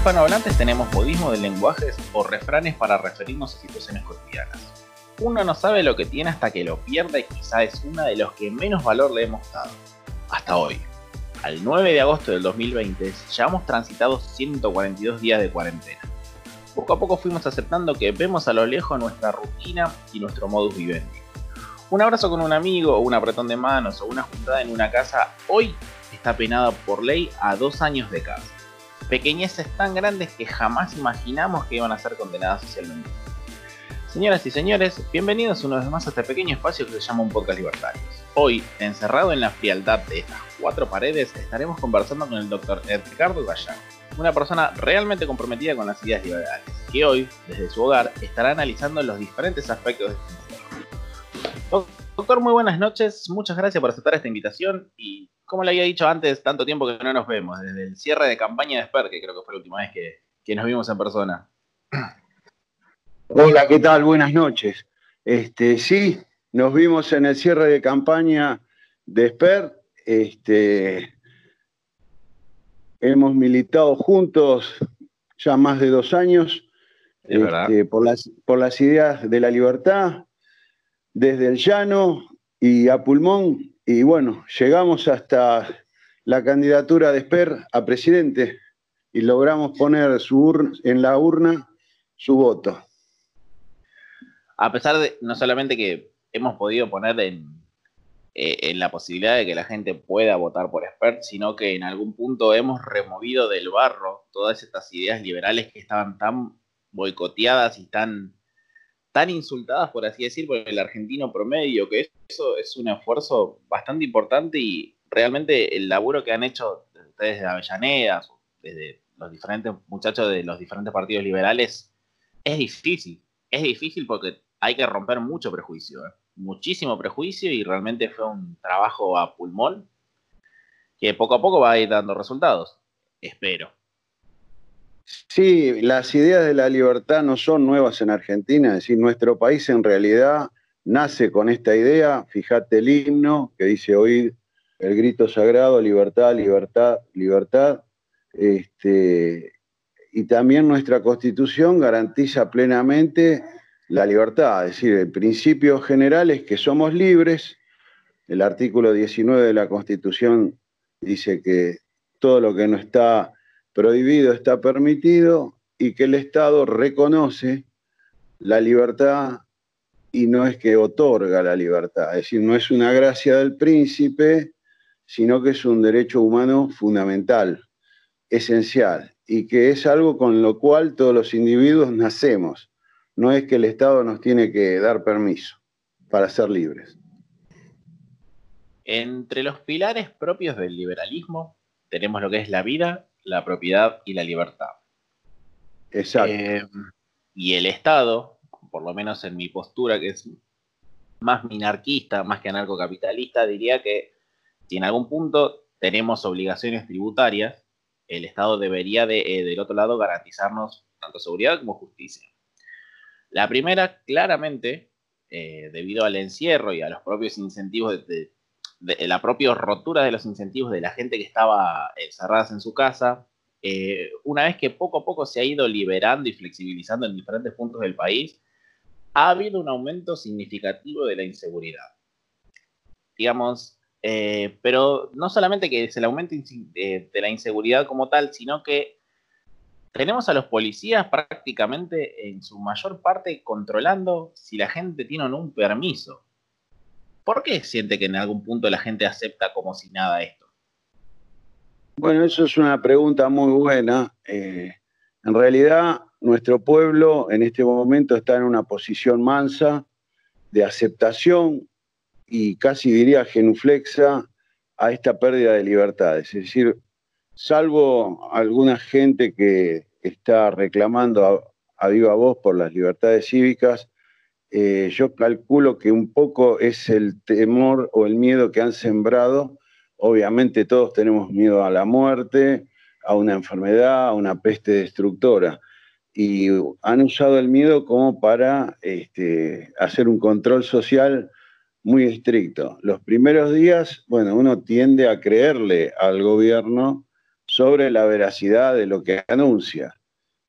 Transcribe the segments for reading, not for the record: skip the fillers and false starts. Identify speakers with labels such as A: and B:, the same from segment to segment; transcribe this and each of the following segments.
A: hispanohablantes tenemos modismos de lenguajes o refranes para referirnos a situaciones cotidianas. Uno no sabe lo que tiene hasta que lo pierde y quizá es uno de los que menos valor le hemos dado. Hasta hoy. Al 9 de agosto del 2020 ya hemos transitado 142 días de cuarentena. Poco a poco fuimos aceptando que vemos a lo lejos nuestra rutina y nuestro modus vivendi. Un abrazo con un amigo, o un apretón de manos, o una juntada en una casa, hoy está penada por ley a 2 años de cárcel. Pequeñeces tan grandes que jamás imaginamos que iban a ser condenadas socialmente. Señoras y señores, bienvenidos una vez más a este pequeño espacio que se llama Un Podcast Libertarios. Hoy, encerrado en la frialdad de estas 4 paredes, estaremos conversando con el Dr. Edgardo Gallardo, una persona realmente comprometida con las ideas liberales, que hoy, desde su hogar, estará analizando los diferentes aspectos de este encierro. Doctor, muy buenas noches, muchas gracias por aceptar esta invitación y, como le había dicho antes, tanto tiempo que no nos vemos, desde el cierre de campaña de Esper, que creo que fue la última vez que nos vimos en persona.
B: Hola, ¿qué tal? Buenas noches. Sí, nos vimos en el cierre de campaña de Esper. Hemos militado juntos ya más de 2 años por las ideas de la libertad, desde el llano y a pulmón. Y bueno, llegamos hasta la candidatura de Esper a presidente y logramos poner en la urna su voto.
A: A pesar de, no solamente que hemos podido poner en la posibilidad de que la gente pueda votar por Esper, sino que en algún punto hemos removido del barro todas estas ideas liberales que estaban tan boicoteadas y tan insultadas, por así decir, por el argentino promedio, que eso es un esfuerzo bastante importante y realmente el laburo que han hecho ustedes de Avellaneda, desde los diferentes muchachos de los diferentes partidos liberales, es difícil porque hay que romper mucho prejuicio, muchísimo prejuicio, y realmente fue un trabajo a pulmón que poco a poco va a ir dando resultados, espero.
B: Sí, las ideas de la libertad no son nuevas en Argentina, es decir, nuestro país en realidad nace con esta idea. Fíjate el himno que dice oír el grito sagrado, libertad, libertad, libertad. Y también nuestra Constitución garantiza plenamente la libertad, es decir, el principio general es que somos libres. El artículo 19 de la Constitución dice que todo lo que no está prohibido está permitido y que el Estado reconoce la libertad y no es que otorga la libertad, es decir, no es una gracia del príncipe, sino que es un derecho humano fundamental, esencial, y que es algo con lo cual todos los individuos nacemos. No es que el Estado nos tiene que dar permiso para ser libres.
A: Entre los pilares propios del liberalismo tenemos lo que es la vida, la propiedad y la libertad.
B: Exacto.
A: Y el Estado, por lo menos en mi postura, que es más minarquista, más que anarcocapitalista, diría que si en algún punto tenemos obligaciones tributarias, el Estado debería del otro lado garantizarnos tanto seguridad como justicia. La primera, claramente, debido al encierro y a los propios incentivos de la propia rotura de los incentivos de la gente que estaba encerradas en su casa, una vez que poco a poco se ha ido liberando y flexibilizando en diferentes puntos del país, ha habido un aumento significativo de la inseguridad. Digamos, pero no solamente que es el aumento de la inseguridad como tal, sino que tenemos a los policías prácticamente en su mayor parte controlando si la gente tiene o no un permiso. ¿Por qué siente que en algún punto la gente acepta como si nada esto?
B: Bueno, eso es una pregunta muy buena. En realidad, nuestro pueblo en este momento está en una posición mansa de aceptación y casi diría genuflexa a esta pérdida de libertades. Es decir, salvo alguna gente que está reclamando a viva voz por las libertades cívicas, yo calculo que un poco es el temor o el miedo que han sembrado. Obviamente todos tenemos miedo a la muerte, a una enfermedad, a una peste destructora. Y han usado el miedo como para hacer un control social muy estricto. Los primeros días, bueno, uno tiende a creerle al gobierno sobre la veracidad de lo que anuncia.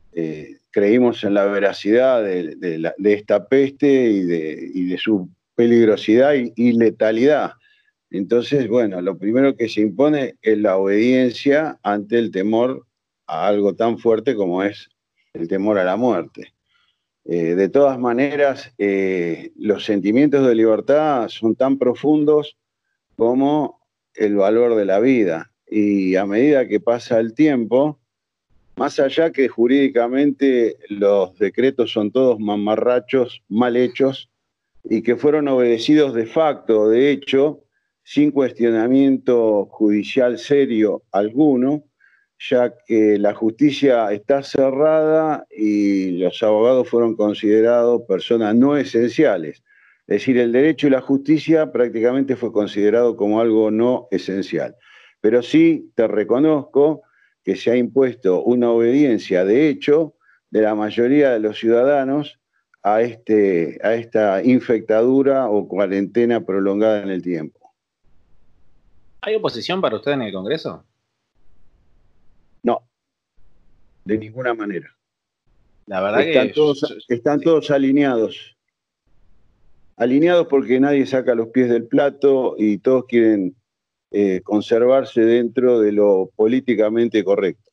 B: creímos en la veracidad de esta peste y de su peligrosidad y letalidad. Entonces, bueno, lo primero que se impone es la obediencia ante el temor a algo tan fuerte como es el temor a la muerte. De todas maneras, los sentimientos de libertad son tan profundos como el valor de la vida. Y a medida que pasa el tiempo, más allá que jurídicamente los decretos son todos mamarrachos, mal hechos, y que fueron obedecidos de facto, de hecho, sin cuestionamiento judicial serio alguno, ya que la justicia está cerrada y los abogados fueron considerados personas no esenciales. Es decir, el derecho y la justicia prácticamente fue considerado como algo no esencial. Pero sí te reconozco que se ha impuesto una obediencia de hecho de la mayoría de los ciudadanos a esta infectadura o cuarentena prolongada en el tiempo.
A: ¿Hay oposición para usted en el Congreso?
B: No, de ninguna manera.
A: La verdad que
B: están todos alineados. Alineados porque nadie saca los pies del plato y todos quieren conservarse dentro de lo políticamente correcto.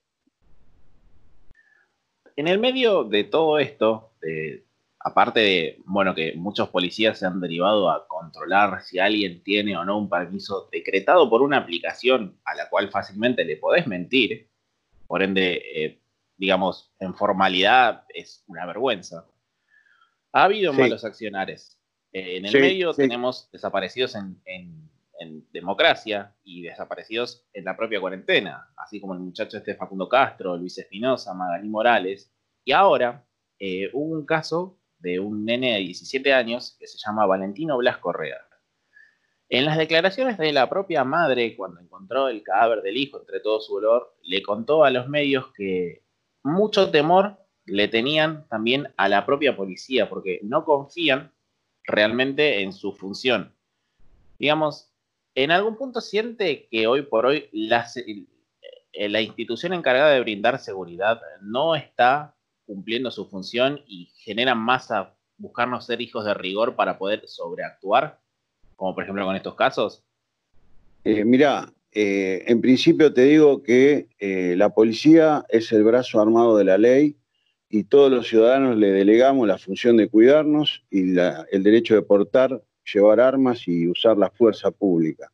A: En el medio de todo esto, aparte de, bueno, que muchos policías se han derivado a controlar si alguien tiene o no un permiso decretado por una aplicación a la cual fácilmente le podés mentir, por ende, digamos, en formalidad es una vergüenza. Ha habido
B: Sí.
A: malos accionares. En el medio tenemos desaparecidos en democracia y desaparecidos en la propia cuarentena, así como el muchacho este Facundo Castro, Luis Espinosa, Magalí Morales. Y ahora hubo un caso de un nene de 17 años que se llama Valentino Blas Correa. En las declaraciones de la propia madre, cuando encontró el cadáver del hijo entre todo su dolor, le contó a los medios que mucho temor le tenían también a la propia policía, porque no confían realmente en su función. Digamos, en algún punto siente que hoy por hoy la institución encargada de brindar seguridad no está cumpliendo su función y generan más a buscarnos ser hijos de rigor para poder sobreactuar, como por ejemplo con estos casos.
B: Mirá, en principio te digo que la policía es el brazo armado de la ley y todos los ciudadanos le delegamos la función de cuidarnos y el derecho de portar, llevar armas y usar la fuerza pública.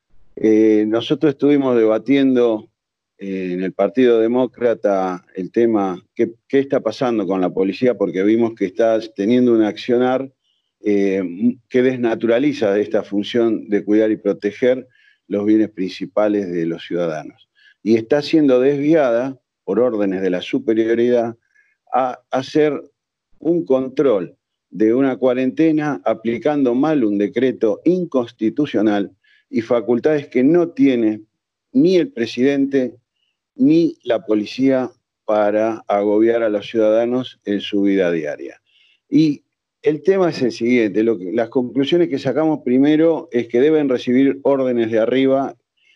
B: Nosotros estuvimos debatiendo en el Partido Demócrata el tema, ¿qué está pasando con la policía? Porque vimos que está teniendo un accionar que desnaturaliza de esta función de cuidar y proteger los bienes principales de los ciudadanos. Y está siendo desviada por órdenes de la superioridad a hacer un control de una cuarentena aplicando mal un decreto inconstitucional y facultades que no tiene ni el presidente ni la policía para agobiar a los ciudadanos en su vida diaria. Y el tema es el siguiente, las conclusiones que sacamos primero es que deben recibir órdenes de arriba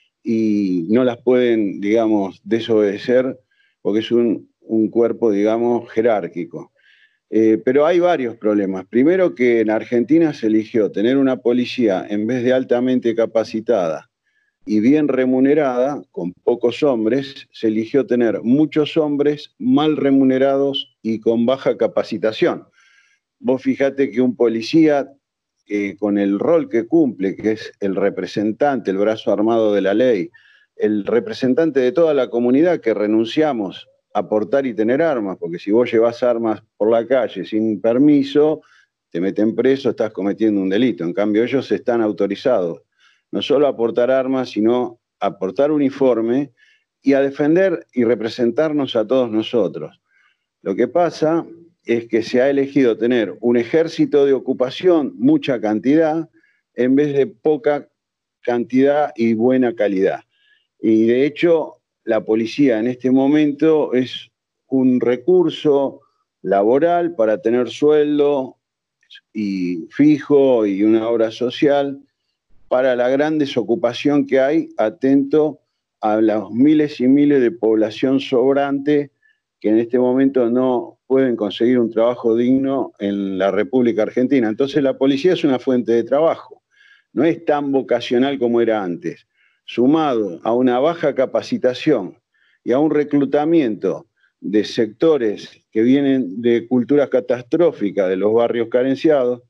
B: y no las pueden, digamos, desobedecer porque es un cuerpo, digamos, jerárquico. Pero hay varios problemas. Primero que en Argentina se eligió tener una policía en vez de altamente capacitada y bien remunerada, con pocos hombres, se eligió tener muchos hombres mal remunerados y con baja capacitación. Vos fijate que un policía con el rol que cumple, que es el representante, el brazo armado de la ley, el representante de toda la comunidad que renunciamos a portar y tener armas, porque si vos llevas armas por la calle sin permiso, te meten preso, estás cometiendo un delito. En cambio, ellos están autorizados no solo a portar armas, sino a portar uniforme y a defender y representarnos a todos nosotros. Lo que pasa es que se ha elegido tener un ejército de ocupación, mucha cantidad, en vez de poca cantidad y buena calidad. Y de hecho, la policía en este momento es un recurso laboral para tener sueldo y fijo y una obra social para la gran desocupación que hay, atento a los miles y miles de población sobrante que en este momento no pueden conseguir un trabajo digno en la República Argentina. Entonces la policía es una fuente de trabajo, no es tan vocacional como era antes. Sumado a una baja capacitación y a un reclutamiento de sectores que vienen de culturas catastróficas, de los barrios carenciados,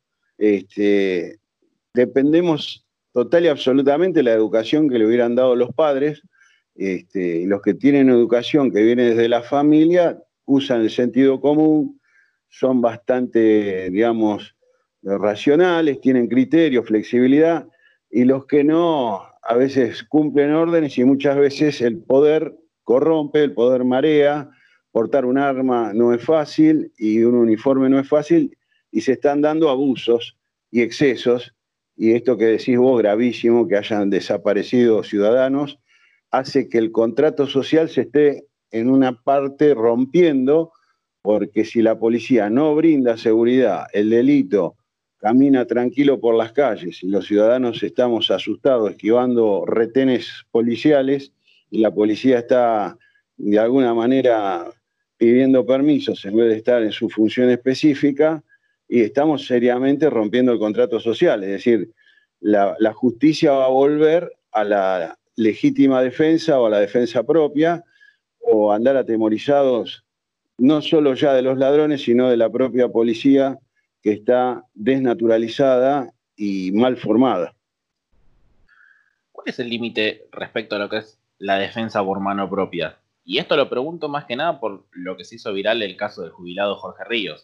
B: dependemos total y absolutamente de la educación que le hubieran dado los padres. Los que tienen educación que viene desde la familia usan el sentido común, son bastante, digamos, racionales, tienen criterio, flexibilidad, y los que no, a veces cumplen órdenes y muchas veces el poder corrompe, el poder marea, portar un arma no es fácil y un uniforme no es fácil, y se están dando abusos y excesos, y esto que decís vos, gravísimo, que hayan desaparecido ciudadanos, hace que el contrato social se esté en una parte rompiendo, porque si la policía no brinda seguridad, el delito camina tranquilo por las calles y los ciudadanos estamos asustados esquivando retenes policiales y la policía está de alguna manera pidiendo permisos en vez de estar en su función específica, y estamos seriamente rompiendo el contrato social. Es decir, la justicia va a volver a la legítima defensa o a la defensa propia, o andar atemorizados no solo ya de los ladrones, sino de la propia policía, que está desnaturalizada y mal formada.
A: ¿Cuál es el límite respecto a lo que es la defensa por mano propia? Y esto lo pregunto más que nada por lo que se hizo viral el caso del jubilado Jorge Ríos.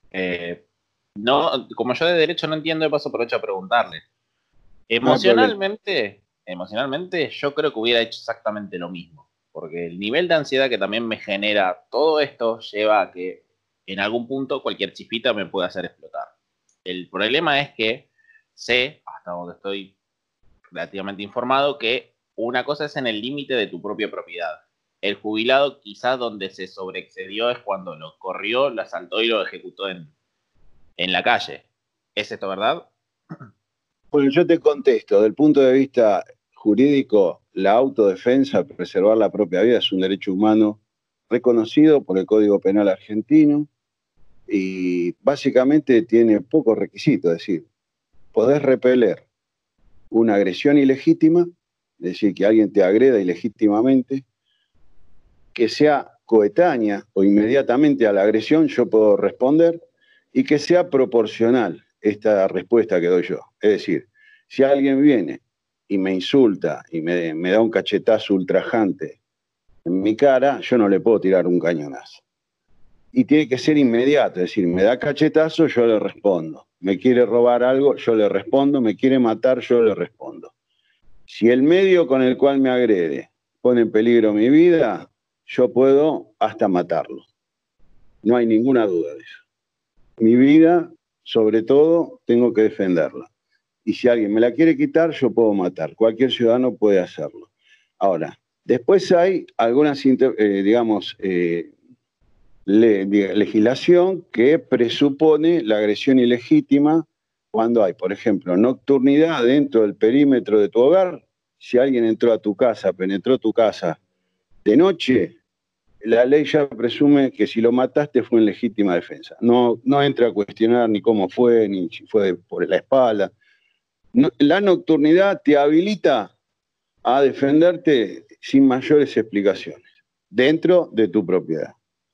A: No, como yo de derecho no entiendo, de paso aprovecho a preguntarle. Emocionalmente yo creo que hubiera hecho exactamente lo mismo, porque el nivel de ansiedad que también me genera todo esto lleva a que en algún punto cualquier chispita me puede hacer explotar. El problema es que sé, hasta donde estoy relativamente informado, que una cosa es en el límite de tu propia propiedad. El jubilado quizás donde se sobreexcedió es cuando lo corrió, lo asaltó y lo ejecutó en la calle. ¿Es esto verdad?
B: Bueno, yo te contesto, del punto de vista jurídico, la autodefensa, preservar la propia vida, es un derecho humano reconocido por el Código Penal argentino y básicamente tiene pocos requisitos, es decir, podés repeler una agresión ilegítima, es decir, que alguien te agreda ilegítimamente, que sea coetánea o inmediatamente a la agresión, yo puedo responder, y que sea proporcional esta respuesta que doy yo. Es decir, si alguien viene y me insulta y me da un cachetazo ultrajante en mi cara, yo no le puedo tirar un cañonazo. Y tiene que ser inmediato, es decir, me da cachetazo, yo le respondo. Me quiere robar algo, yo le respondo. Me quiere matar, yo le respondo. Si el medio con el cual me agrede pone en peligro mi vida, yo puedo hasta matarlo. No hay ninguna duda de eso. Mi vida, sobre todo, tengo que defenderla. Y si alguien me la quiere quitar, yo puedo matar. Cualquier ciudadano puede hacerlo. Ahora, después hay algunas, legislación que presupone la agresión ilegítima cuando hay, por ejemplo, nocturnidad dentro del perímetro de tu hogar. Si alguien entró a tu casa, penetró tu casa de noche, la ley ya presume que si lo mataste fue en legítima defensa. No entra a cuestionar ni cómo fue, ni si fue por la espalda. No, la nocturnidad te habilita a defenderte sin mayores explicaciones, dentro de tu propiedad.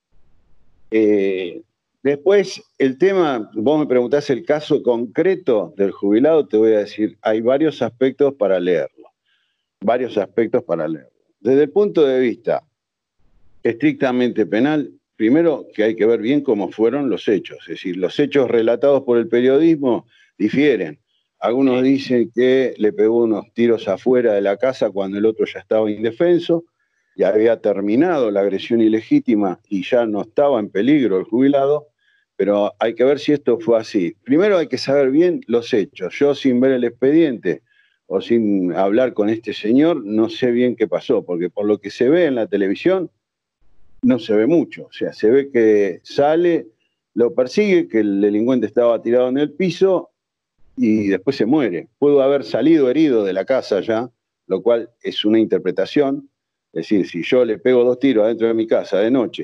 B: Después, el tema, vos me preguntás el caso concreto del jubilado, te voy a decir, hay varios aspectos para leerlo. Desde el punto de vista estrictamente penal, primero que hay que ver bien cómo fueron los hechos, es decir, los hechos relatados por el periodismo difieren. Algunos dicen que le pegó unos tiros afuera de la casa cuando el otro ya estaba indefenso, ya había terminado la agresión ilegítima y ya no estaba en peligro el jubilado, pero hay que ver si esto fue así. Primero hay que saber bien los hechos. Yo, sin ver el expediente o sin hablar con este señor, no sé bien qué pasó, porque por lo que se ve en la televisión, no se ve mucho. O sea, se ve que sale, lo persigue, que el delincuente estaba tirado en el piso y después se muere. Pudo haber salido herido de la casa ya, lo cual es una interpretación. Es decir, si yo le pego 2 tiros adentro de mi casa de noche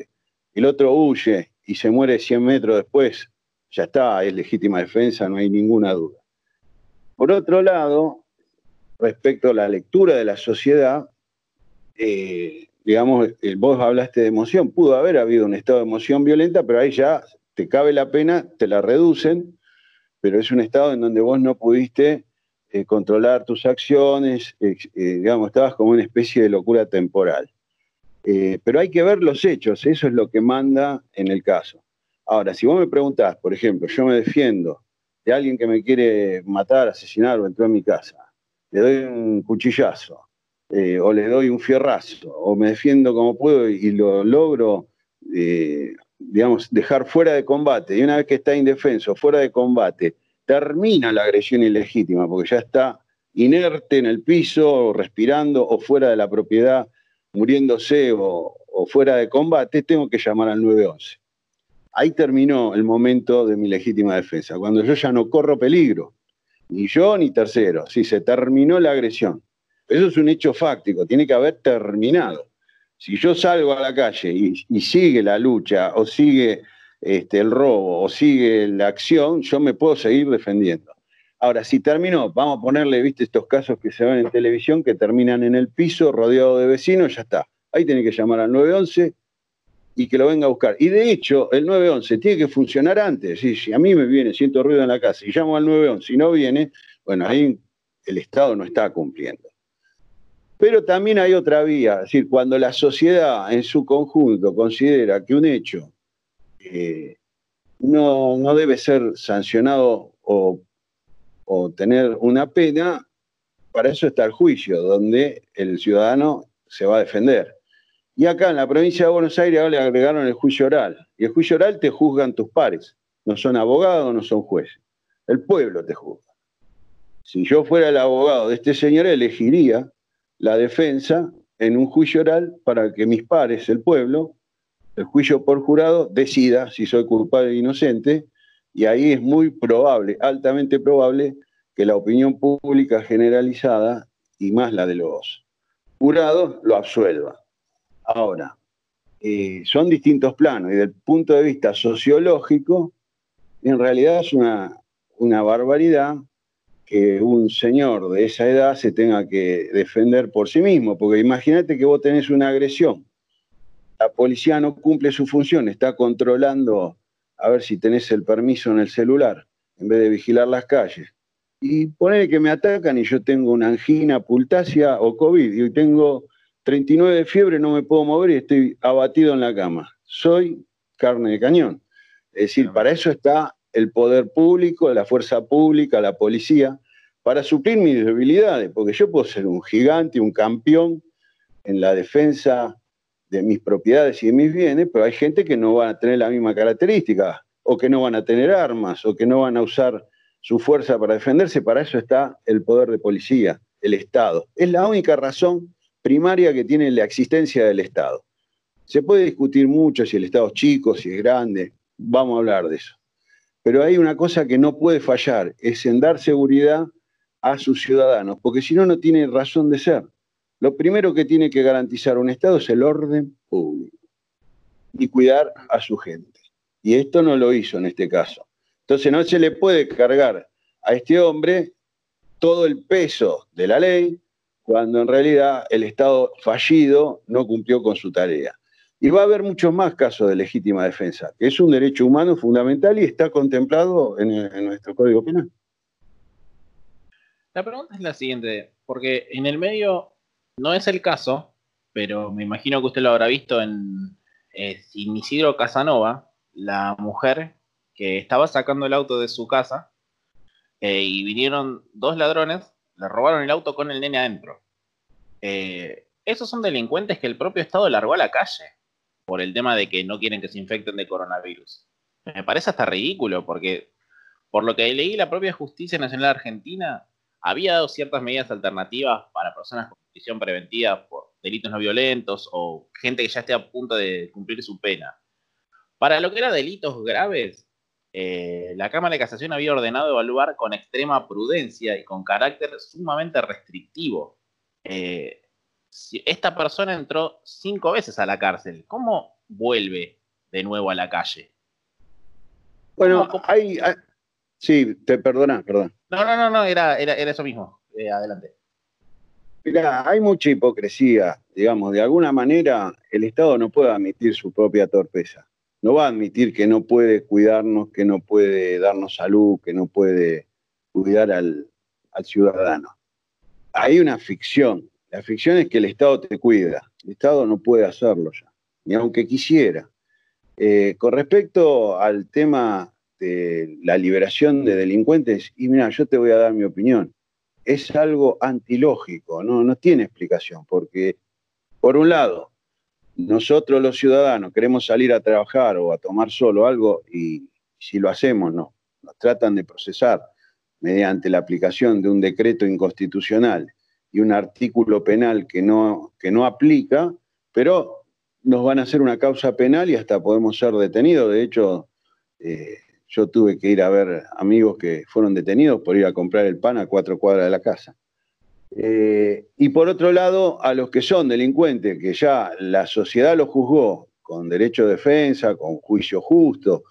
B: el otro huye y se muere 100 metros después, ya está, es legítima defensa, no hay ninguna duda. Por otro lado, respecto a la lectura de la sociedad, digamos, vos hablaste de emoción, pudo haber habido un estado de emoción violenta, pero ahí ya te cabe la pena, te la reducen, pero es un estado en donde vos no pudiste controlar tus acciones, digamos, estabas como una especie de locura temporal. Pero hay que ver los hechos, eso es lo que manda en el caso. Ahora, si vos me preguntás, por ejemplo, yo me defiendo de alguien que me quiere matar, asesinar o entró en mi casa, le doy un cuchillazo, o le doy un fierrazo, o me defiendo como puedo y lo logro, digamos, dejar fuera de combate, y una vez que está indefenso, fuera de combate, termina la agresión ilegítima, porque ya está inerte en el piso, respirando o fuera de la propiedad, muriéndose o fuera de combate, tengo que llamar al 911. Ahí terminó el momento de mi legítima defensa, cuando yo ya no corro peligro, ni yo ni tercero, sí, se terminó la agresión. Eso es un hecho fáctico, tiene que haber terminado. Si yo salgo a la calle y sigue la lucha, o sigue el robo, o sigue la acción, yo me puedo seguir defendiendo. Ahora, si terminó, vamos a ponerle, viste, estos casos que se ven en televisión, que terminan en el piso, rodeado de vecinos, ya está. Ahí tiene que llamar al 911 y que lo venga a buscar. Y de hecho, el 911 tiene que funcionar antes. Si a mí me viene, siento ruido en la casa y llamo al 911 y no viene, bueno, ahí el Estado no está cumpliendo. Pero también hay otra vía, es decir, cuando la sociedad en su conjunto considera que un hecho no debe ser sancionado o tener una pena, para eso está el juicio, donde el ciudadano se va a defender. Y acá en la provincia de Buenos Aires ahora le agregaron el juicio oral. Y el juicio oral te juzgan tus pares. No son abogados, no son jueces. El pueblo te juzga. Si yo fuera el abogado de este señor, elegiría la defensa en un juicio oral para que mis pares, el pueblo, el juicio por jurado, decida si soy culpable o inocente. Y ahí es muy probable, altamente probable, que la opinión pública generalizada, y más la de los jurados, lo absuelva. Ahora, son distintos planos y desde el punto de vista sociológico, en realidad es una barbaridad que un señor de esa edad se tenga que defender por sí mismo, porque imagínate que vos tenés una agresión, la policía no cumple su función, está controlando a ver si tenés el permiso en el celular, en vez de vigilar las calles. Y ponele que me atacan y yo tengo una angina, pultácea o COVID, y tengo 39 de fiebre, no me puedo mover y estoy abatido en la cama. Soy carne de cañón. Es decir, para eso está el poder público, la fuerza pública, la policía, para suplir mis debilidades, porque yo puedo ser un gigante, un campeón en la defensa de mis propiedades y de mis bienes, pero hay gente que no va a tener la misma característica, o que no van a tener armas, o que no van a usar su fuerza para defenderse. Para eso está el poder de policía, el Estado. Es la única razón primaria que tiene la existencia del Estado. Se puede discutir mucho si el Estado es chico, si es grande, vamos a hablar de eso. Pero hay una cosa que no puede fallar, es en dar seguridad a sus ciudadanos, porque si no, no tiene razón de ser. Lo primero que tiene que garantizar un Estado es el orden público y cuidar a su gente. Y esto no lo hizo en este caso. Entonces no se le puede cargar a este hombre todo el peso de la ley cuando en realidad el Estado fallido no cumplió con su tarea. Y va a haber muchos más casos de legítima defensa, que es un derecho humano fundamental y está contemplado en nuestro Código Penal.
A: La pregunta es la siguiente, porque en el medio no es el caso, pero me imagino que usted lo habrá visto en Sin Isidro Casanova, la mujer que estaba sacando el auto de su casa y vinieron dos ladrones, le robaron el auto con el nene adentro. Esos son delincuentes que el propio Estado largó a la calle por el tema de que no quieren que se infecten de coronavirus. Me parece hasta ridículo, porque por lo que leí, la propia Justicia Nacional Argentina había dado ciertas medidas alternativas para personas con prisión preventiva por delitos no violentos o gente que ya esté a punto de cumplir su pena. Para lo que era delitos graves, la Cámara de Casación había ordenado evaluar con extrema prudencia y con carácter sumamente restrictivo. Si esta persona entró 5 veces a la cárcel, ¿cómo vuelve de nuevo a la calle.
B: Bueno, sí, perdona.
A: No, era eso mismo. Adelante.
B: Mirá, hay mucha hipocresía, digamos, de alguna manera el Estado no puede admitir su propia torpeza. No va a admitir que no puede cuidarnos, que no puede darnos salud, que no puede cuidar al ciudadano. Hay una ficción. La ficción es que el Estado te cuida. El Estado no puede hacerlo ya, ni aunque quisiera. Con respecto al tema de la liberación de delincuentes, y mira, yo te voy a dar mi opinión. Es algo antilógico, no tiene explicación, porque por un lado, nosotros los ciudadanos queremos salir a trabajar o a tomar solo algo y si lo hacemos nos tratan de procesar mediante la aplicación de un decreto inconstitucional y un artículo penal que no aplica, pero nos van a hacer una causa penal y hasta podemos ser detenidos. De hecho, yo tuve que ir a ver amigos que fueron detenidos por ir a comprar el pan a 4 cuadras de la casa. Y por otro lado, a los que son delincuentes, que ya la sociedad los juzgó con derecho de defensa, con juicio justo,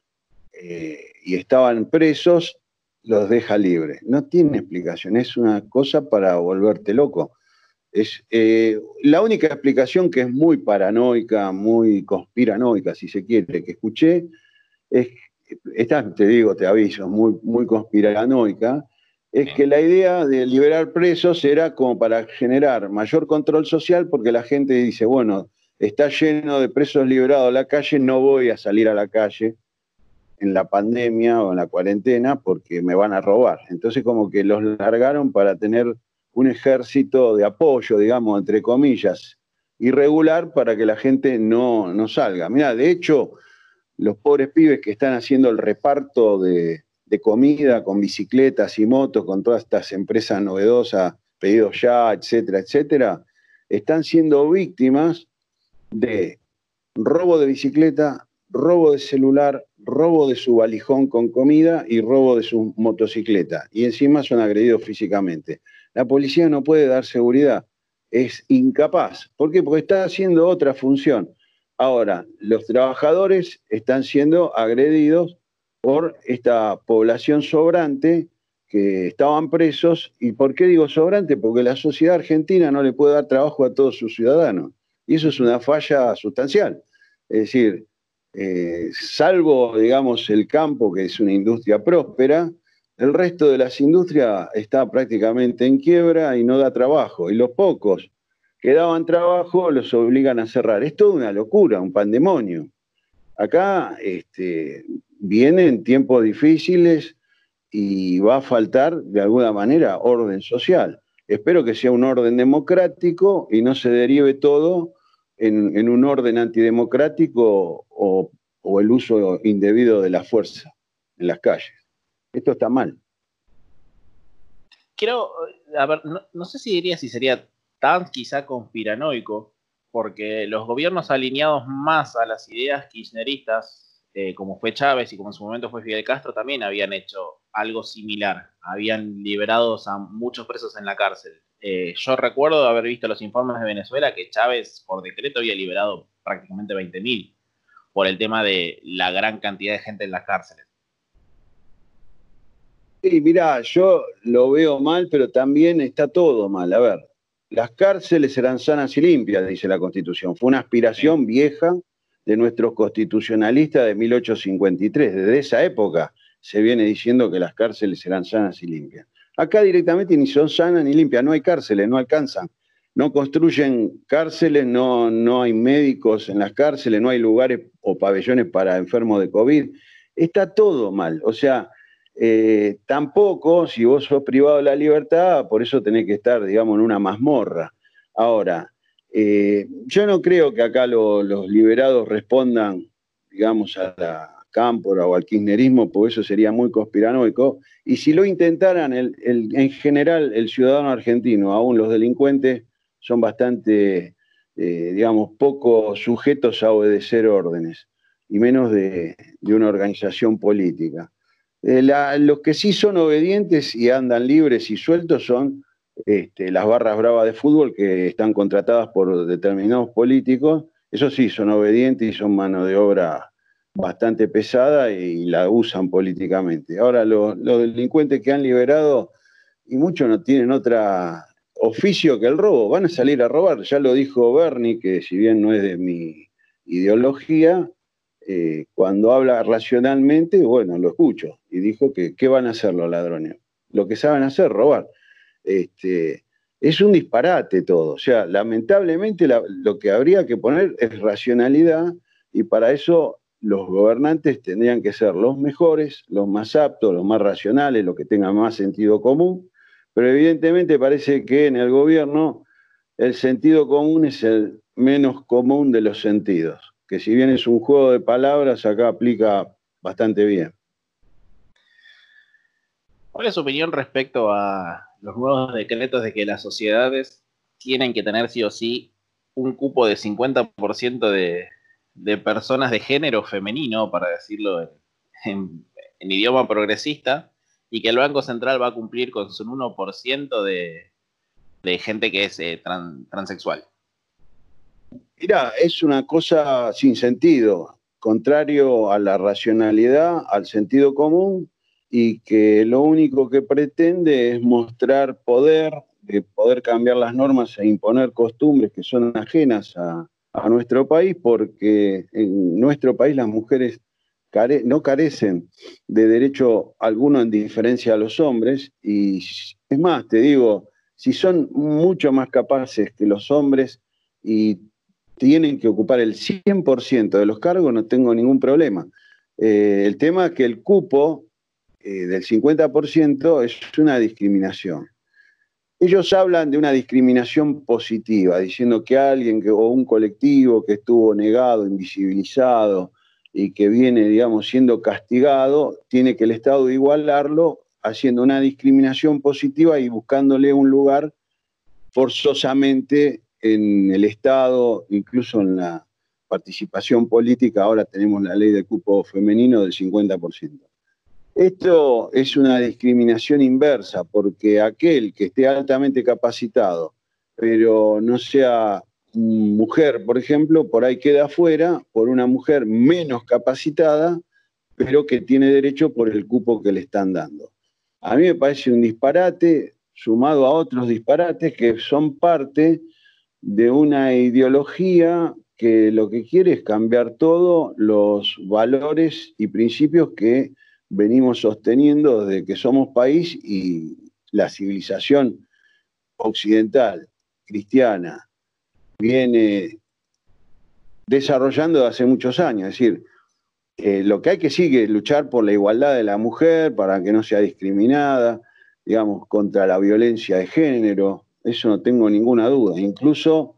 B: y estaban presos, los deja libres. No tiene explicación, es una cosa para volverte loco. Es la única explicación que es muy paranoica, muy conspiranoica, si se quiere, que escuché, es, esta te digo, te aviso, muy, muy conspiranoica, es que la idea de liberar presos era como para generar mayor control social, porque la gente dice, bueno, está lleno de presos liberados a la calle, no voy a salir a la calle en la pandemia o en la cuarentena porque me van a robar. Entonces como que los largaron para tener un ejército de apoyo, digamos, entre comillas, irregular para que la gente no salga. Mira, de hecho, los pobres pibes que están haciendo el reparto de comida con bicicletas y motos, con todas estas empresas novedosas, pedidos ya, etcétera, etcétera, están siendo víctimas de robo de bicicleta, robo de celular, robo de su valijón con comida y robo de su motocicleta. Y encima son agredidos físicamente. La policía no puede dar seguridad, es incapaz. ¿Por qué? Porque está haciendo otra función. Ahora, los trabajadores están siendo agredidos por esta población sobrante que estaban presos. ¿Y por qué digo sobrante? Porque la sociedad argentina no le puede dar trabajo a todos sus ciudadanos. Y eso es una falla sustancial. Es decir, salvo, digamos, el campo, que es una industria próspera, el resto de las industrias está prácticamente en quiebra y no da trabajo. Y los pocos que daban trabajo los obligan a cerrar. Es toda una locura, un pandemonio. Acá vienen tiempos difíciles y va a faltar, de alguna manera, orden social. Espero que sea un orden democrático y no se derive todo en un orden antidemocrático o el uso indebido de la fuerza en las calles. Esto está mal.
A: Quiero, a ver, no sé si diría si sería tan quizá conspiranoico, porque los gobiernos alineados más a las ideas kirchneristas, como fue Chávez y como en su momento fue Fidel Castro, también habían hecho algo similar. Habían liberado a muchos presos en la cárcel. Yo recuerdo haber visto los informes de Venezuela que Chávez por decreto había liberado prácticamente 20.000 por el tema de la gran cantidad de gente en las cárceles.
B: Sí, mirá, yo lo veo mal, pero también está todo mal. A ver, las cárceles serán sanas y limpias, dice la Constitución. Fue una aspiración vieja de nuestros constitucionalistas de 1853. Desde esa época se viene diciendo que las cárceles serán sanas y limpias. Acá directamente ni son sanas ni limpias, no hay cárceles, no alcanzan. No construyen cárceles, no hay médicos en las cárceles, no hay lugares o pabellones para enfermos de COVID. Está todo mal, o sea... tampoco, si vos sos privado de la libertad, por eso tenés que estar, digamos, en una mazmorra. Ahora, yo no creo que acá los liberados respondan, digamos, a la cámpora o al kirchnerismo, porque eso sería muy conspiranoico. Y si lo intentaran, en general, el ciudadano argentino, aún los delincuentes, son bastante, digamos, poco sujetos a obedecer órdenes, y menos de una organización política. Los que sí son obedientes y andan libres y sueltos son las barras bravas de fútbol que están contratadas por determinados políticos Eso sí, son obedientes y son mano de obra bastante pesada y la usan políticamente. Ahora, los delincuentes que han liberado, y muchos no tienen otra oficio que el robo, van a salir a robar. Ya lo dijo Bernie, que si bien no es de mi ideología, cuando habla racionalmente, bueno, lo escucho. Y dijo que ¿qué van a hacer los ladrones? Lo que saben hacer, robar. Es un disparate todo. O sea, lamentablemente lo que habría que poner es racionalidad y para eso los gobernantes tendrían que ser los mejores, los más aptos, los más racionales, los que tengan más sentido común, pero evidentemente parece que en el gobierno el sentido común es el menos común de los sentidos, que si bien es un juego de palabras, acá aplica bastante bien.
A: ¿Cuál es su opinión respecto a los nuevos decretos de que las sociedades tienen que tener sí o sí un cupo de 50% de personas de género femenino, para decirlo en idioma progresista, y que el Banco Central va a cumplir con su 1% de gente que es transexual?
B: Mirá, es una cosa sin sentido, contrario a la racionalidad, al sentido común, y que lo único que pretende es mostrar poder, de poder cambiar las normas e imponer costumbres que son ajenas a nuestro país, porque en nuestro país las mujeres no carecen de derecho alguno en diferencia a los hombres, y es más, te digo, si son mucho más capaces que los hombres y tienen que ocupar el 100% de los cargos, no tengo ningún problema. El tema es que el cupo del 50% es una discriminación. Ellos hablan de una discriminación positiva, diciendo que alguien o un colectivo que estuvo negado, invisibilizado y que viene, digamos, siendo castigado, tiene que el Estado igualarlo haciendo una discriminación positiva y buscándole un lugar forzosamente en el Estado, incluso en la participación política. Ahora tenemos la ley de cupo femenino del 50%. Esto es una discriminación inversa, porque aquel que esté altamente capacitado, pero no sea mujer, por ejemplo, por ahí queda afuera por una mujer menos capacitada, pero que tiene derecho por el cupo que le están dando. A mí me parece un disparate, sumado a otros disparates que son parte de una ideología que lo que quiere es cambiar todos los valores y principios que venimos sosteniendo desde que somos país, y la civilización occidental, cristiana, viene desarrollando desde hace muchos años. Es decir, lo que hay que sí que luchar por la igualdad de la mujer para que no sea discriminada, digamos, contra la violencia de género, eso no tengo ninguna duda. Incluso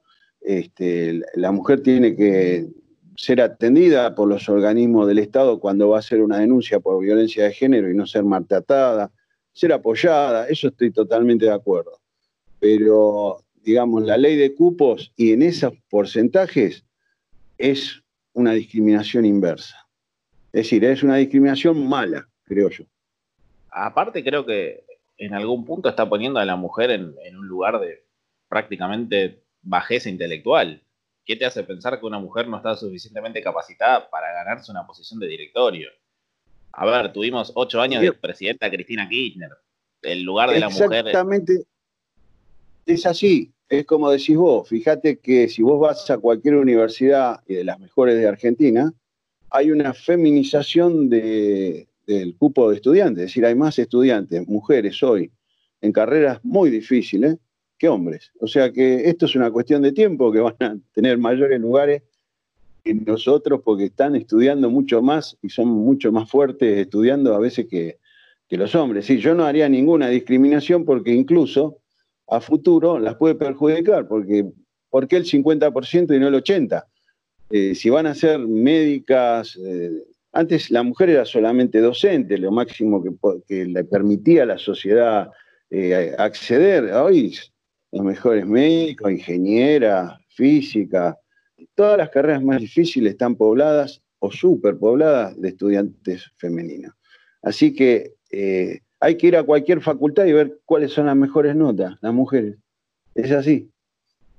B: la mujer tiene que ser atendida por los organismos del Estado cuando va a hacer una denuncia por violencia de género y no ser maltratada, ser apoyada, eso estoy totalmente de acuerdo. Pero, digamos, la ley de cupos y en esos porcentajes es una discriminación inversa. Es decir, es una discriminación mala, creo yo.
A: Aparte, creo que en algún punto está poniendo a la mujer en un lugar de prácticamente bajeza intelectual. ¿Qué te hace pensar que una mujer no está suficientemente capacitada para ganarse una posición de directorio? A ver, tuvimos 8 años de presidenta Cristina Kirchner. El lugar de la mujer...
B: Exactamente, es así. Es como decís vos, fíjate que si vos vas a cualquier universidad y de las mejores de Argentina, hay una feminización del cupo de estudiantes, es decir, hay más estudiantes, mujeres hoy, en carreras muy difíciles que hombres. O sea que esto es una cuestión de tiempo, que van a tener mayores lugares que nosotros porque están estudiando mucho más y son mucho más fuertes estudiando a veces que los hombres. Sí, yo no haría ninguna discriminación porque incluso a futuro las puede perjudicar, porque ¿por qué el 50% y no el 80%? Si van a ser médicas, antes la mujer era solamente docente, lo máximo que le permitía a la sociedad acceder. Hoy los mejores médicos, ingenieras, física, todas las carreras más difíciles están pobladas o superpobladas de estudiantes femeninos. Así que hay que ir a cualquier facultad y ver cuáles son las mejores notas, las mujeres. Es así.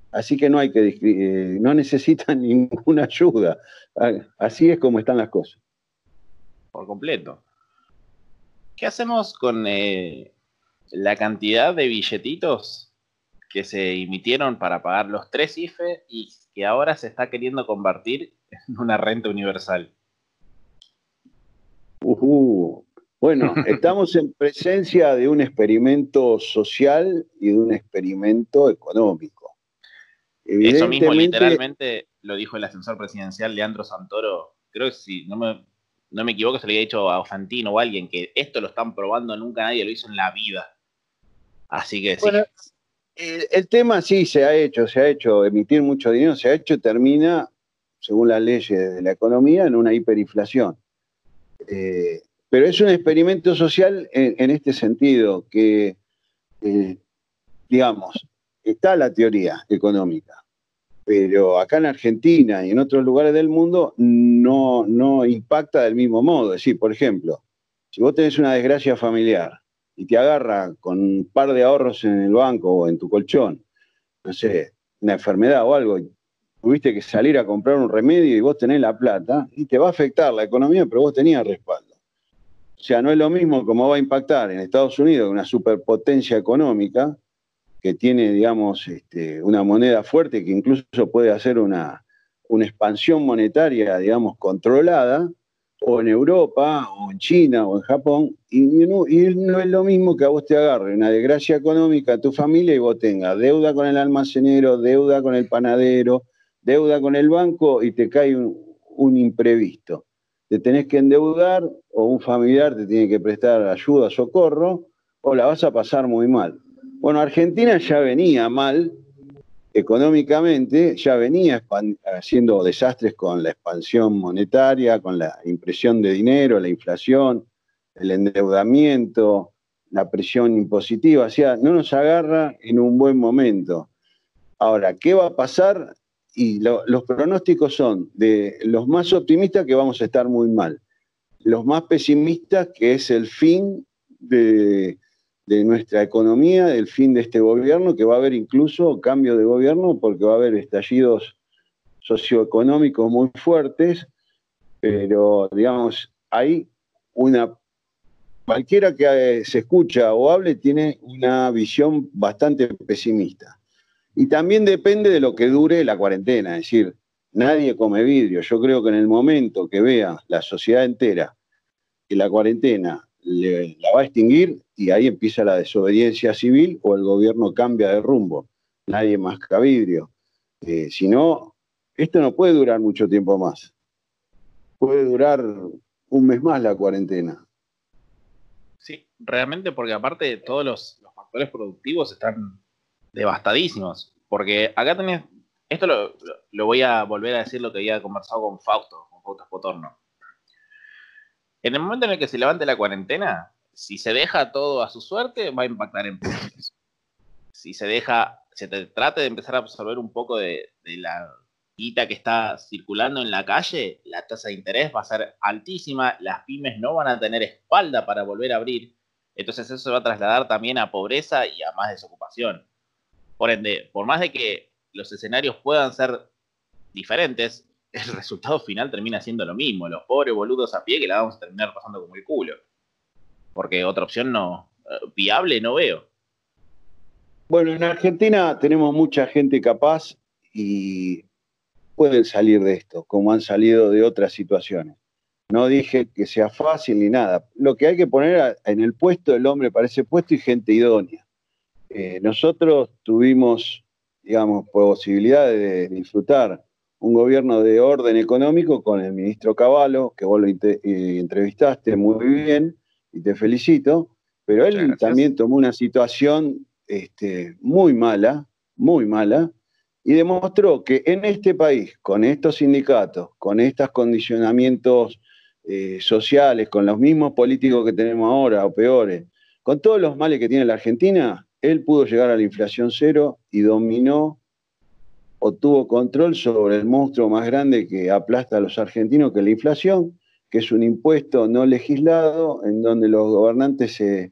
B: Así que no hay que no necesitan ninguna ayuda. Así es como están las cosas.
A: Por completo. ¿Qué hacemos con la cantidad de billetitos que se emitieron para pagar los 3 IFE y que ahora se está queriendo convertir en una renta universal?
B: Bueno, estamos en presencia de un experimento social y de un experimento económico.
A: Eso mismo
B: Evidentemente,
A: literalmente lo dijo el asesor presidencial Leandro Santoro. Creo que si no me equivoco se le había dicho a Fantino o a alguien que esto lo están probando, nunca nadie lo hizo en la vida. Así que sí.
B: bueno, el tema sí se ha hecho, emitir mucho dinero se ha hecho, termina, según las leyes de la economía, en una hiperinflación. Pero es un experimento social en este sentido, que, digamos, está la teoría económica, pero acá en Argentina y en otros lugares del mundo no impacta del mismo modo. Es decir, por ejemplo, si vos tenés una desgracia familiar y te agarra con un par de ahorros en el banco o en tu colchón, no sé, una enfermedad o algo, tuviste que salir a comprar un remedio y vos tenés la plata, y te va a afectar la economía, pero vos tenías respaldo. O sea, no es lo mismo como va a impactar en Estados Unidos, una superpotencia económica, que tiene, digamos, una moneda fuerte que incluso puede hacer una expansión monetaria, digamos, controlada, o en Europa, o en China, o en Japón, y no es lo mismo que a vos te agarre una desgracia económica a tu familia y vos tengas deuda con el almacenero, deuda con el panadero, deuda con el banco y te cae un imprevisto. Te tenés que endeudar o un familiar te tiene que prestar ayuda, socorro, o la vas a pasar muy mal. Bueno, Argentina ya venía mal económicamente, ya venía haciendo desastres con la expansión monetaria, con la impresión de dinero, la inflación, el endeudamiento, la presión impositiva. O sea, no nos agarra en un buen momento. Ahora, ¿qué va a pasar? Y los pronósticos son de los más optimistas, que vamos a estar muy mal, los más pesimistas, que es el fin de nuestra economía, del fin de este gobierno, que va a haber incluso cambio de gobierno porque va a haber estallidos socioeconómicos muy fuertes, pero digamos, hay una... Cualquiera que se escucha o hable tiene una visión bastante pesimista. Y también depende de lo que dure la cuarentena, es decir, nadie come vidrio. Yo creo que en el momento que vea la sociedad entera que la cuarentena la va a extinguir, y ahí empieza la desobediencia civil o el gobierno cambia de rumbo. Nadie masca vidrio. Si no, esto no puede durar mucho tiempo más. Puede durar un mes más la cuarentena.
A: Sí, realmente porque aparte todos los factores productivos están devastadísimos. Porque acá tenés, esto lo voy a volver a decir lo que había conversado con Fausto Spotorno. En el momento en el que se levante la cuarentena, si se deja todo a su suerte, va a impactar en precios. Si se trate de empezar a absorber un poco de la guita que está circulando en la calle, la tasa de interés va a ser altísima, las pymes no van a tener espalda para volver a abrir, entonces eso se va a trasladar también a pobreza y a más desocupación. Por ende, por más de que los escenarios puedan ser diferentes, el resultado final termina siendo lo mismo. Los pobres boludos a pie que la vamos a terminar pasando como el culo. Porque otra opción viable no veo.
B: Bueno, en Argentina tenemos mucha gente capaz y pueden salir de esto, como han salido de otras situaciones. No dije que sea fácil ni nada. Lo que hay que poner en el puesto del hombre para ese puesto y gente idónea. Nosotros tuvimos, digamos, posibilidad de disfrutar un gobierno de orden económico con el ministro Cavallo, que vos lo entrevistaste muy bien y te felicito, pero
A: Muchas
B: él
A: gracias.
B: también tomó una situación muy mala, y demostró que en este país, con estos sindicatos, con estos condicionamientos sociales, con los mismos políticos que tenemos ahora o peores, con todos los males que tiene la Argentina, él pudo llegar a la inflación cero y dominó o tuvo control sobre el monstruo más grande que aplasta a los argentinos, que es la inflación, que es un impuesto no legislado en donde los gobernantes se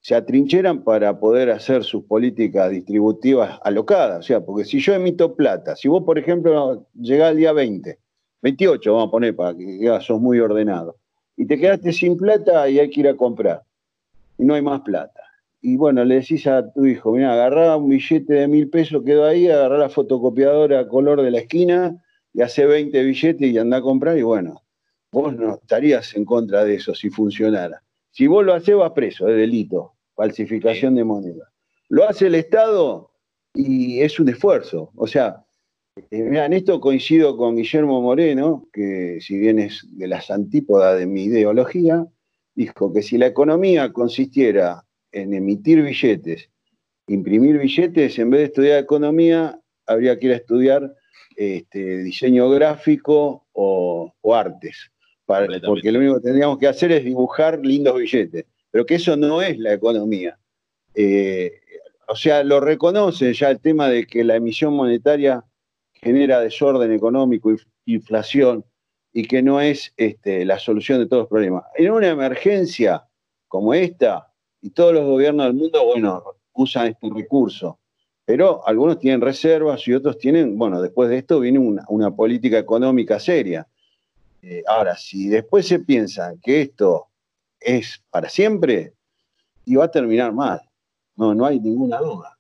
B: se atrincheran para poder hacer sus políticas distributivas alocadas. O sea, porque si yo emito plata, si vos, por ejemplo, llegás al día 20, 28, vamos a poner para que sos muy ordenado, y te quedaste sin plata y hay que ir a comprar, y no hay más plata. Y bueno, le decís a tu hijo, mira, agarrá un billete de 1.000 pesos, quedó ahí, agarrá la fotocopiadora a color de la esquina y hace 20 billetes y anda a comprar, y bueno, vos no estarías en contra de eso si funcionara. Si vos lo hacés, vas preso, es delito, falsificación de moneda. Lo hace el Estado y es un esfuerzo. O sea, mirá, en esto coincido con Guillermo Moreno, que si bien es de las antípodas de mi ideología, dijo que si la economía consistiera en emitir billetes, imprimir billetes, en vez de estudiar economía, habría que ir a estudiar diseño gráfico o artes, porque lo único que tendríamos que hacer es dibujar lindos billetes, pero que eso no es la economía. O sea, lo reconocen ya el tema de que la emisión monetaria genera desorden económico, inflación, y que no es la solución de todos los problemas. En una emergencia como esta, y todos los gobiernos del mundo, bueno, usan este recurso, pero algunos tienen reservas y otros tienen, bueno, después de esto viene una política económica seria. Ahora, si después se piensa que esto es para siempre, y va a terminar mal, no hay ninguna duda.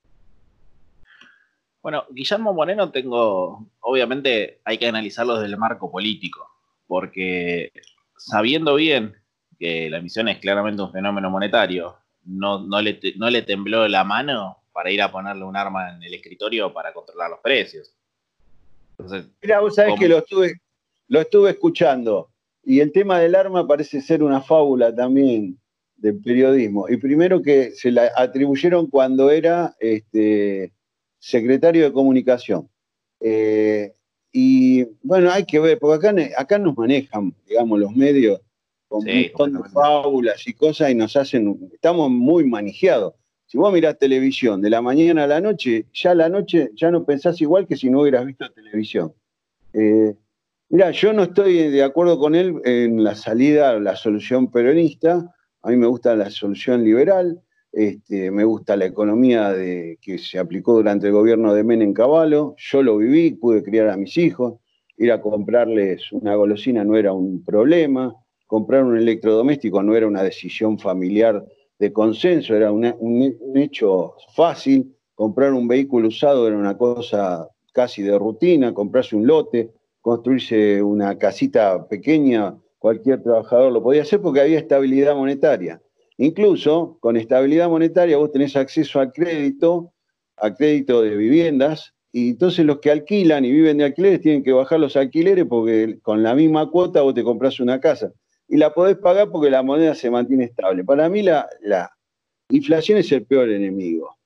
A: Bueno, Guillermo Moreno obviamente hay que analizarlo desde el marco político, porque sabiendo bien que la emisión es claramente un fenómeno monetario, no le tembló la mano para ir a ponerle un arma en el escritorio para controlar los precios. Entonces,
B: mira, vos sabés que lo estuve escuchando, y el tema del arma parece ser una fábula también del periodismo. Y primero que se la atribuyeron cuando era secretario de Comunicación. Y bueno, hay que ver, porque acá nos manejan, digamos, los medios con un montón de fábulas y cosas y estamos muy manejados. Si vos mirás televisión de la mañana a la noche ya no pensás igual que si no hubieras visto televisión. Mirá, yo no estoy de acuerdo con él en la salida, la solución peronista. A mí me gusta la solución liberal, me gusta la economía que se aplicó durante el gobierno de Menem Cavallo. Yo lo viví, pude criar a mis hijos, ir a comprarles una golosina no era un problema, comprar un electrodoméstico no era una decisión familiar de consenso, era un hecho fácil. Comprar un vehículo usado era una cosa casi de rutina, comprarse un lote, construirse una casita pequeña, cualquier trabajador lo podía hacer porque había estabilidad monetaria. Incluso con estabilidad monetaria vos tenés acceso a crédito de viviendas, y entonces los que alquilan y viven de alquileres tienen que bajar los alquileres porque con la misma cuota vos te compras una casa y la podés pagar porque la moneda se mantiene estable. Para mí la inflación es el peor enemigo.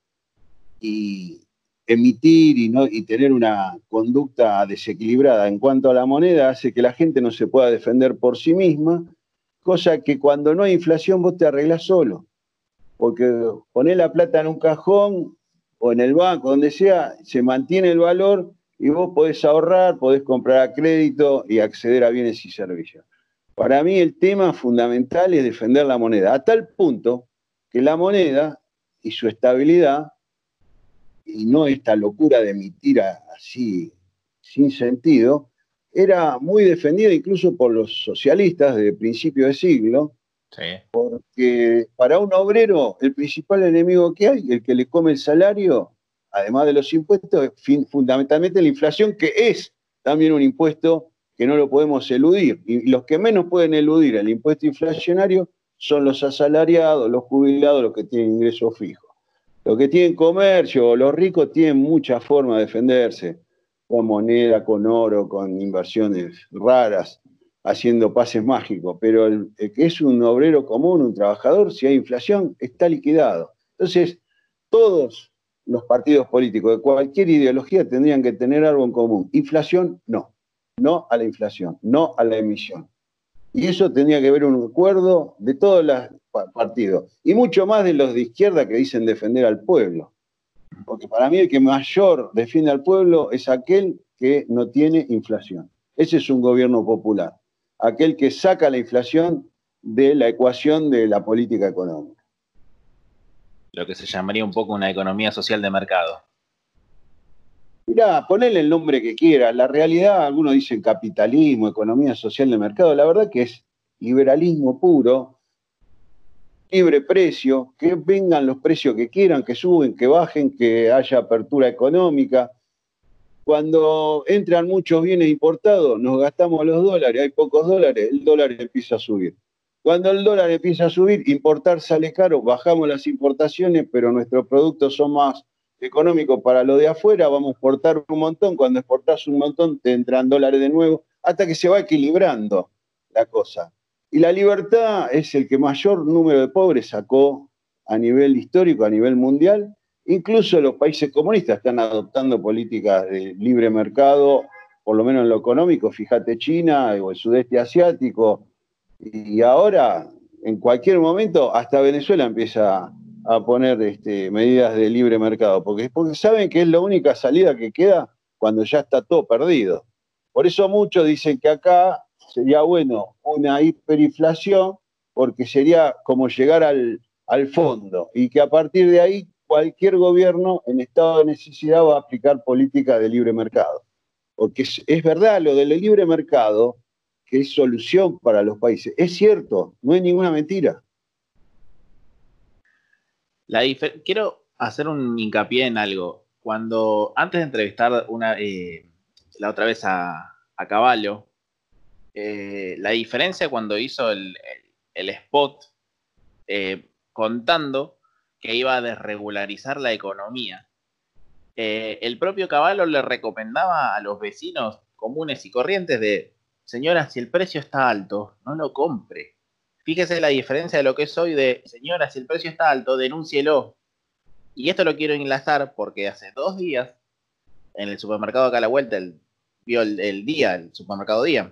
B: Y emitir y tener una conducta desequilibrada en cuanto a la moneda hace que la gente no se pueda defender por sí misma, cosa que cuando no hay inflación vos te arreglás solo, porque ponés la plata en un cajón o en el banco, donde sea, se mantiene el valor y vos podés ahorrar, podés comprar a crédito y acceder a bienes y servicios. Para mí el tema fundamental es defender la moneda, a tal punto que la moneda y su estabilidad, y no esta locura de emitir así sin sentido, era muy defendida incluso por los socialistas de principio de siglo, sí, porque para un obrero el principal enemigo que hay, el que le come el salario, además de los impuestos, es fundamentalmente la inflación, que es también un impuesto que no lo podemos eludir. Y los que menos pueden eludir el impuesto inflacionario son los asalariados, los jubilados, los que tienen ingresos fijos. Los que tienen comercio, los ricos tienen muchas formas de defenderse, con moneda, con oro, con inversiones raras, haciendo pases mágicos, pero el que es un obrero común, un trabajador, si hay inflación, está liquidado. Entonces, todos los partidos políticos de cualquier ideología tendrían que tener algo en común. Inflación, no a la inflación, no a la emisión. Y eso tendría que haber un acuerdo de todos los partidos, y mucho más de los de izquierda que dicen defender al pueblo. Porque para mí el que mayor defiende al pueblo es aquel que no tiene inflación. Ese es un gobierno popular, aquel que saca la inflación de la ecuación de la política económica.
A: Lo que se llamaría un poco una economía social de mercado.
B: Mirá, ponele el nombre que quiera. La realidad, algunos dicen capitalismo, economía social de mercado. La verdad que es liberalismo puro, libre precio, que vengan los precios que quieran, que suben, que bajen, que haya apertura económica. Cuando entran muchos bienes importados, nos gastamos los dólares, hay pocos dólares, el dólar empieza a subir. Cuando el dólar empieza a subir, importar sale caro, bajamos las importaciones, pero nuestros productos son más económicos para lo de afuera, vamos a exportar un montón, cuando exportás un montón te entran dólares de nuevo, hasta que se va equilibrando la cosa. Y la libertad es el que mayor número de pobres sacó a nivel histórico, a nivel mundial. Incluso los países comunistas están adoptando políticas de libre mercado, por lo menos en lo económico, fíjate China o el sudeste asiático, y ahora, en cualquier momento, hasta Venezuela empieza a poner medidas de libre mercado, porque saben que es la única salida que queda cuando ya está todo perdido. Por eso muchos dicen que acá sería bueno una hiperinflación, porque sería como llegar al fondo, y que a partir de ahí cualquier gobierno en estado de necesidad va a aplicar políticas de libre mercado. Porque es verdad, lo del libre mercado, que es solución para los países, es cierto, no es ninguna mentira.
A: Quiero hacer un hincapié en algo. Cuando, antes de entrevistar la otra vez a Cavallo, la diferencia cuando hizo el spot contando que iba a desregularizar la economía, el propio Cavallo le recomendaba a los vecinos comunes y corrientes de, señora, si el precio está alto, no lo compre. Fíjese la diferencia de lo que es hoy de, señora, si el precio está alto, denúncielo. Y esto lo quiero enlazar porque hace 2 días, en el supermercado acá a la vuelta, vio el día, el supermercado día,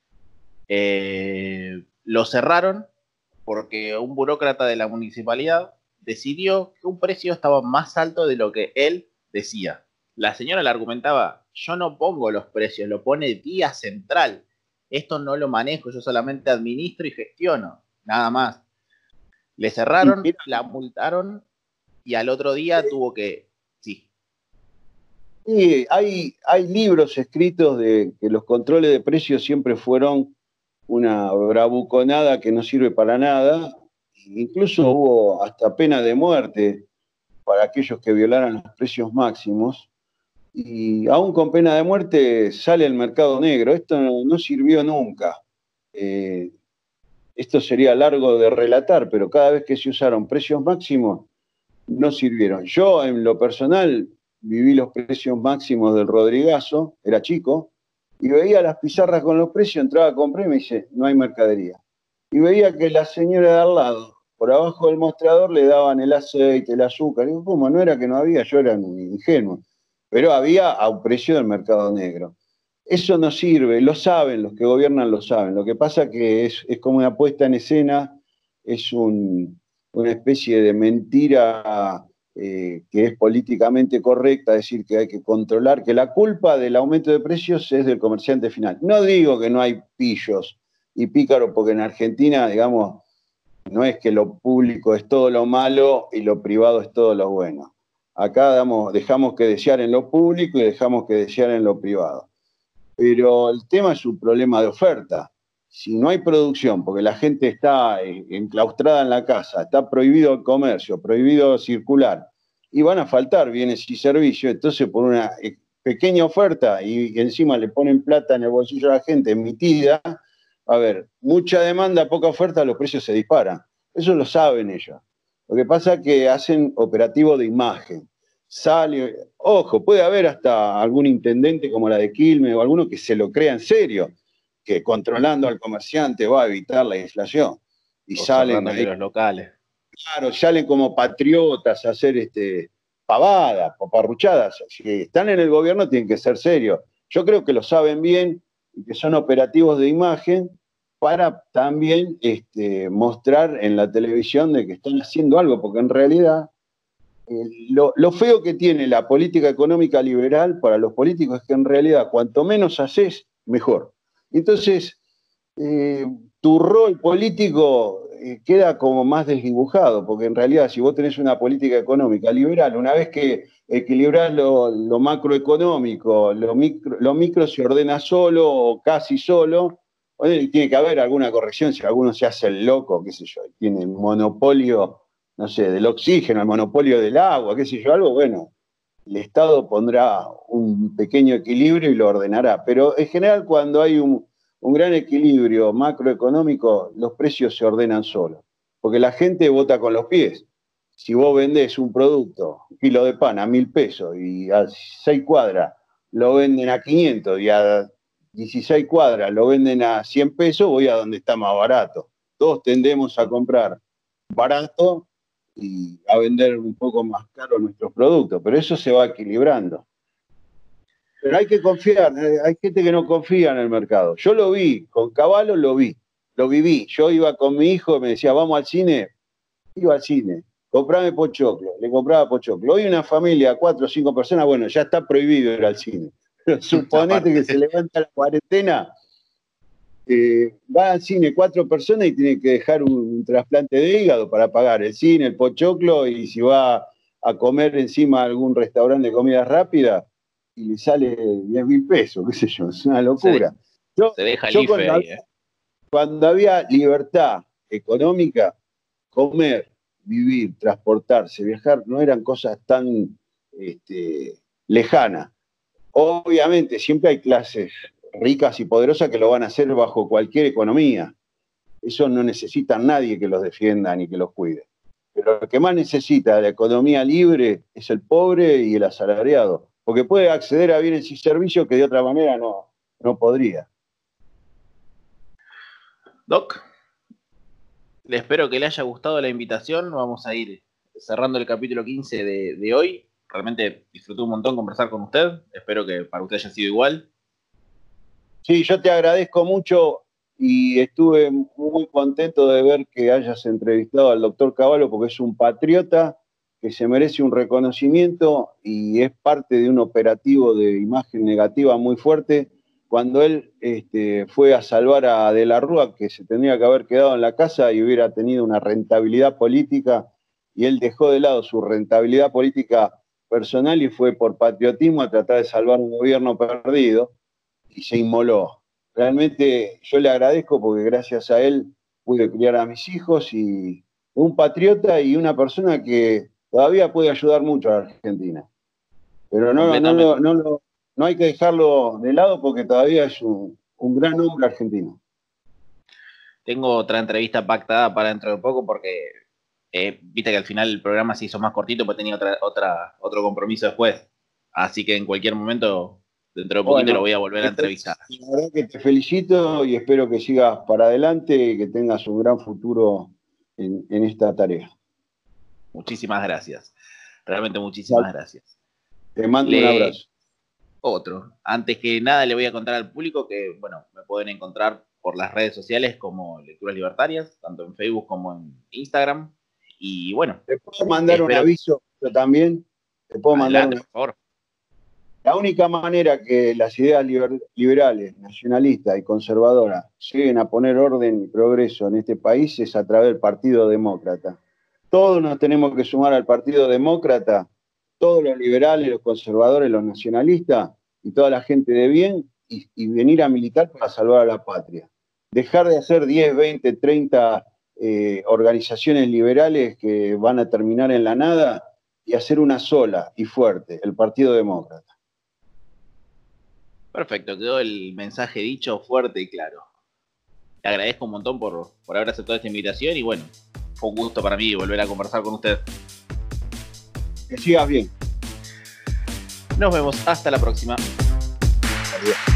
A: lo cerraron porque un burócrata de la municipalidad decidió que un precio estaba más alto de lo que él decía. La señora le argumentaba, yo no pongo los precios, lo pone Vía Central. Esto no lo manejo, yo solamente administro y gestiono, nada más. Le cerraron, la multaron y al otro día tuvo que... Sí.
B: Sí, hay libros escritos de que los controles de precios siempre fueron una bravuconada que no sirve para nada. Incluso hubo hasta pena de muerte para aquellos que violaran los precios máximos. Y aún con pena de muerte sale el mercado negro. Esto no sirvió nunca. Esto sería largo de relatar, pero cada vez que se usaron precios máximos, no sirvieron. Yo, en lo personal, viví los precios máximos del Rodrigazo, era chico, y veía las pizarras con los precios, entraba a comprar y me dice, no hay mercadería. Y veía que la señora de al lado, por abajo del mostrador, le daban el aceite, el azúcar. Y digo, ¿cómo? No era que no había, yo era ingenuo. Pero había a un precio del mercado negro. Eso no sirve, lo saben, los que gobiernan lo saben. Lo que pasa que es como una puesta en escena, es una especie de mentira que es políticamente correcta, decir que hay que controlar, que la culpa del aumento de precios es del comerciante final. No digo que no hay pillos y pícaros, porque en Argentina, digamos, no es que lo público es todo lo malo y lo privado es todo lo bueno. Acá dejamos que desear en lo público y dejamos que desear en lo privado. Pero el tema es un problema de oferta. Si no hay producción, porque la gente está enclaustrada en la casa, está prohibido el comercio, prohibido circular, y van a faltar bienes y servicios, entonces por una pequeña oferta y encima le ponen plata en el bolsillo a la gente emitida, a ver, mucha demanda, poca oferta, los precios se disparan. Eso lo saben ellos. Lo que pasa es que hacen operativo de imagen. Sale, ojo, puede haber hasta algún intendente como la de Quilmes o alguno que se lo crea en serio, que controlando al comerciante va a evitar la inflación. Y salen ahí,
A: los locales.
B: claro, salen como patriotas a hacer pavadas, paparruchadas. Si están en el gobierno tienen que ser serios. Yo creo que lo saben bien y que son operativos de imagen para también mostrar en la televisión de que están haciendo algo, porque en realidad lo feo que tiene la política económica liberal para los políticos es que en realidad cuanto menos haces, mejor. Entonces, tu rol político queda como más desdibujado, porque en realidad si vos tenés una política económica liberal, una vez que equilibrás lo macroeconómico, lo micro se ordena solo o casi solo, bueno, tiene que haber alguna corrección si alguno se hace el loco, qué sé yo, tiene el monopolio, no sé, del oxígeno, el monopolio del agua, qué sé yo, algo, bueno, el Estado pondrá un pequeño equilibrio y lo ordenará. Pero en general cuando hay un gran equilibrio macroeconómico, los precios se ordenan solos. Porque la gente vota con los pies. Si vos vendés un producto, un kilo de pan a 1.000 pesos y a 6 cuadras lo venden a 500 y a 16 cuadras lo venden a 100 pesos, voy a donde está más barato. Todos tendemos a comprar barato y a vender un poco más caro nuestros productos, pero eso se va equilibrando. Pero hay que confiar, hay gente que no confía en el mercado. Yo lo vi, con Cavallo lo viví. Yo iba con mi hijo, me decía, vamos al cine, iba al cine, comprame pochoclo, le compraba pochoclo. Hoy una familia, 4 o 5 personas, bueno, ya está prohibido ir al cine. Pero suponete que se levanta la cuarentena, van al cine 4 personas y tienen que dejar un trasplante de hígado para pagar el cine, el pochoclo, y si va a comer encima a algún restaurante de comida rápida, y le sale 10.000 pesos, qué sé yo, es una locura.
A: Se deja el IFE ahí,
B: cuando había libertad económica, comer, vivir, transportarse, viajar, no eran cosas tan lejanas. Obviamente, siempre hay clases ricas y poderosas que lo van a hacer bajo cualquier economía. Eso no necesita nadie que los defienda ni que los cuide. Pero lo que más necesita la economía libre es el pobre y el asalariado, porque puede acceder a bienes y servicios que de otra manera no podría.
A: Doc, le espero que le haya gustado la invitación. Vamos a ir cerrando el capítulo 15 de hoy. Realmente disfruté un montón conversar con usted. Espero que para usted haya sido igual.
B: Sí, yo te agradezco mucho y estuve muy contento de ver que hayas entrevistado al doctor Cavallo, porque es un patriota que se merece un reconocimiento y es parte de un operativo de imagen negativa muy fuerte. Cuando él fue a salvar a De la Rúa, que se tendría que haber quedado en la casa y hubiera tenido una rentabilidad política, y él dejó de lado su rentabilidad política personal y fue por patriotismo a tratar de salvar un gobierno perdido, y se inmoló. Realmente yo le agradezco porque gracias a él pude criar a mis hijos, y un patriota y una persona que todavía puede ayudar mucho a Argentina. Pero no hay que dejarlo de lado porque todavía es un gran hombre argentino.
A: Tengo otra entrevista pactada para dentro de poco porque viste que al final el programa se hizo más cortito porque tenía otro compromiso después. Así que en cualquier momento, dentro de poquito, lo voy a volver a entrevistar.
B: La verdad que te felicito y espero que sigas para adelante y que tengas un gran futuro en esta tarea.
A: Muchísimas gracias. Realmente muchísimas gracias.
B: Te mando un abrazo.
A: Antes que nada le voy a contar al público que, bueno, me pueden encontrar por las redes sociales como Lecturas Libertarias, tanto en Facebook como en Instagram. Y bueno.
B: ¿Te puedo mandar un aviso yo también? ¿Te puedo mandar
A: por favor?
B: La única manera que las ideas liberales, nacionalistas y conservadoras lleguen a poner orden y progreso en este país es a través del Partido Demócrata. Todos nos tenemos que sumar al Partido Demócrata, todos los liberales, los conservadores, los nacionalistas y toda la gente de bien, y venir a militar para salvar a la patria. Dejar de hacer 10, 20, 30 organizaciones liberales que van a terminar en la nada y hacer una sola y fuerte, el Partido Demócrata.
A: Perfecto, quedó el mensaje dicho fuerte y claro. Le agradezco un montón por haber aceptado esta invitación y bueno, fue un gusto para mí volver a conversar con usted.
B: Que sigas bien.
A: Nos vemos hasta la próxima.
B: Adiós.